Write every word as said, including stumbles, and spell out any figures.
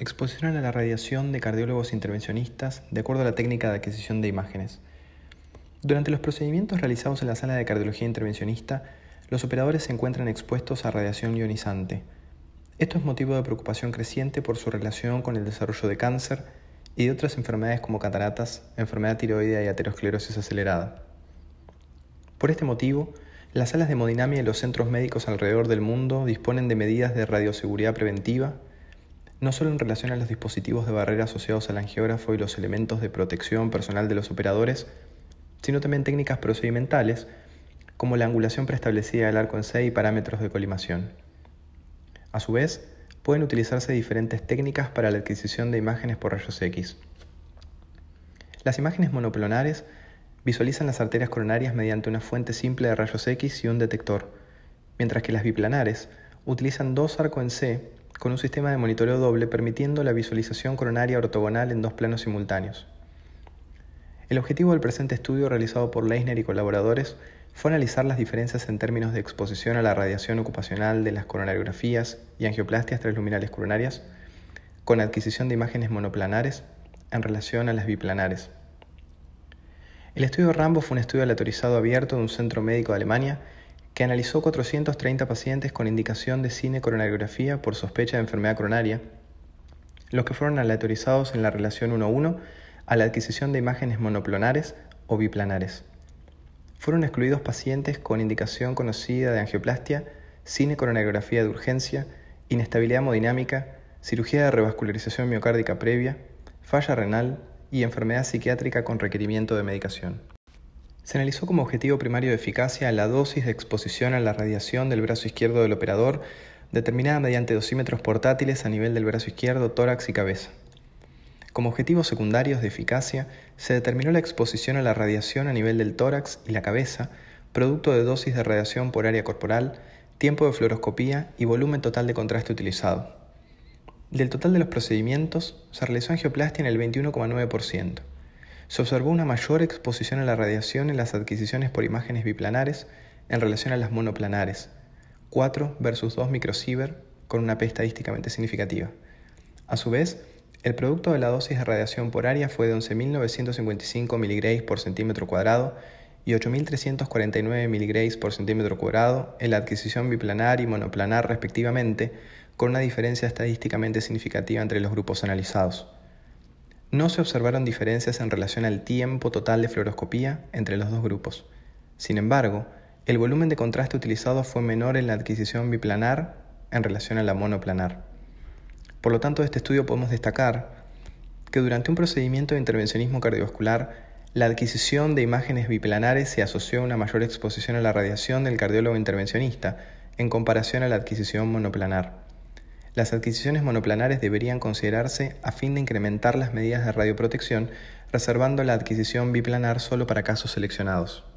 Exposición a la radiación de cardiólogos intervencionistas de acuerdo a la técnica de adquisición de imágenes. Durante los procedimientos realizados en la sala de cardiología intervencionista, los operadores se encuentran expuestos a radiación ionizante. Esto es motivo de preocupación creciente por su relación con el desarrollo de cáncer y de otras enfermedades como cataratas, enfermedad tiroidea y aterosclerosis acelerada. Por este motivo, las salas de hemodinamia y los centros médicos alrededor del mundo disponen de medidas de radioseguridad preventiva, no solo en relación a los dispositivos de barrera asociados al angiógrafo y los elementos de protección personal de los operadores, sino también técnicas procedimentales, como la angulación preestablecida del arco en C y parámetros de colimación. A su vez, pueden utilizarse diferentes técnicas para la adquisición de imágenes por rayos X. Las imágenes monoclonares visualizan las arterias coronarias mediante una fuente simple de rayos X y un detector, mientras que las biplanares utilizan dos arcos en C con un sistema de monitoreo doble permitiendo la visualización coronaria ortogonal en dos planos simultáneos. El objetivo del presente estudio realizado por Leisner y colaboradores fue analizar las diferencias en términos de exposición a la radiación ocupacional de las coronariografías y angioplastias transluminales coronarias con adquisición de imágenes monoplanares en relación a las biplanares. El estudio Rambo fue un estudio aleatorizado abierto de un centro médico de Alemania que analizó cuatrocientos treinta pacientes con indicación de cinecoronariografía por sospecha de enfermedad coronaria, los que fueron aleatorizados en la relación uno a uno a la adquisición de imágenes monoplanares o biplanares. Fueron excluidos pacientes con indicación conocida de angioplastia, cinecoronariografía de urgencia, inestabilidad hemodinámica, cirugía de revascularización miocárdica previa, falla renal y enfermedad psiquiátrica con requerimiento de medicación. Se analizó como objetivo primario de eficacia la dosis de exposición a la radiación del brazo izquierdo del operador, determinada mediante dosímetros portátiles a nivel del brazo izquierdo, tórax y cabeza. Como objetivos secundarios de eficacia, se determinó la exposición a la radiación a nivel del tórax y la cabeza, producto de dosis de radiación por área corporal, tiempo de fluoroscopía y volumen total de contraste utilizado. Del total de los procedimientos, se realizó angioplastia en el veintiuno coma nueve por ciento. Se observó una mayor exposición a la radiación en las adquisiciones por imágenes biplanares en relación a las monoplanares, cuatro versus dos microsievert, con una P estadísticamente significativa. A su vez, el producto de la dosis de radiación por área fue de once mil novecientos cincuenta y cinco miligrays por centímetro cuadrado y ocho mil trescientos cuarenta y nueve miligrays por centímetro cuadrado en la adquisición biplanar y monoplanar respectivamente, con una diferencia estadísticamente significativa entre los grupos analizados. No se observaron diferencias en relación al tiempo total de fluoroscopía entre los dos grupos. Sin embargo, el volumen de contraste utilizado fue menor en la adquisición biplanar en relación a la monoplanar. Por lo tanto, de este estudio podemos destacar que durante un procedimiento de intervencionismo cardiovascular, la adquisición de imágenes biplanares se asoció a una mayor exposición a la radiación del cardiólogo intervencionista en comparación a la adquisición monoplanar. Las adquisiciones monoplanares deberían considerarse a fin de incrementar las medidas de radioprotección, reservando la adquisición biplanar solo para casos seleccionados.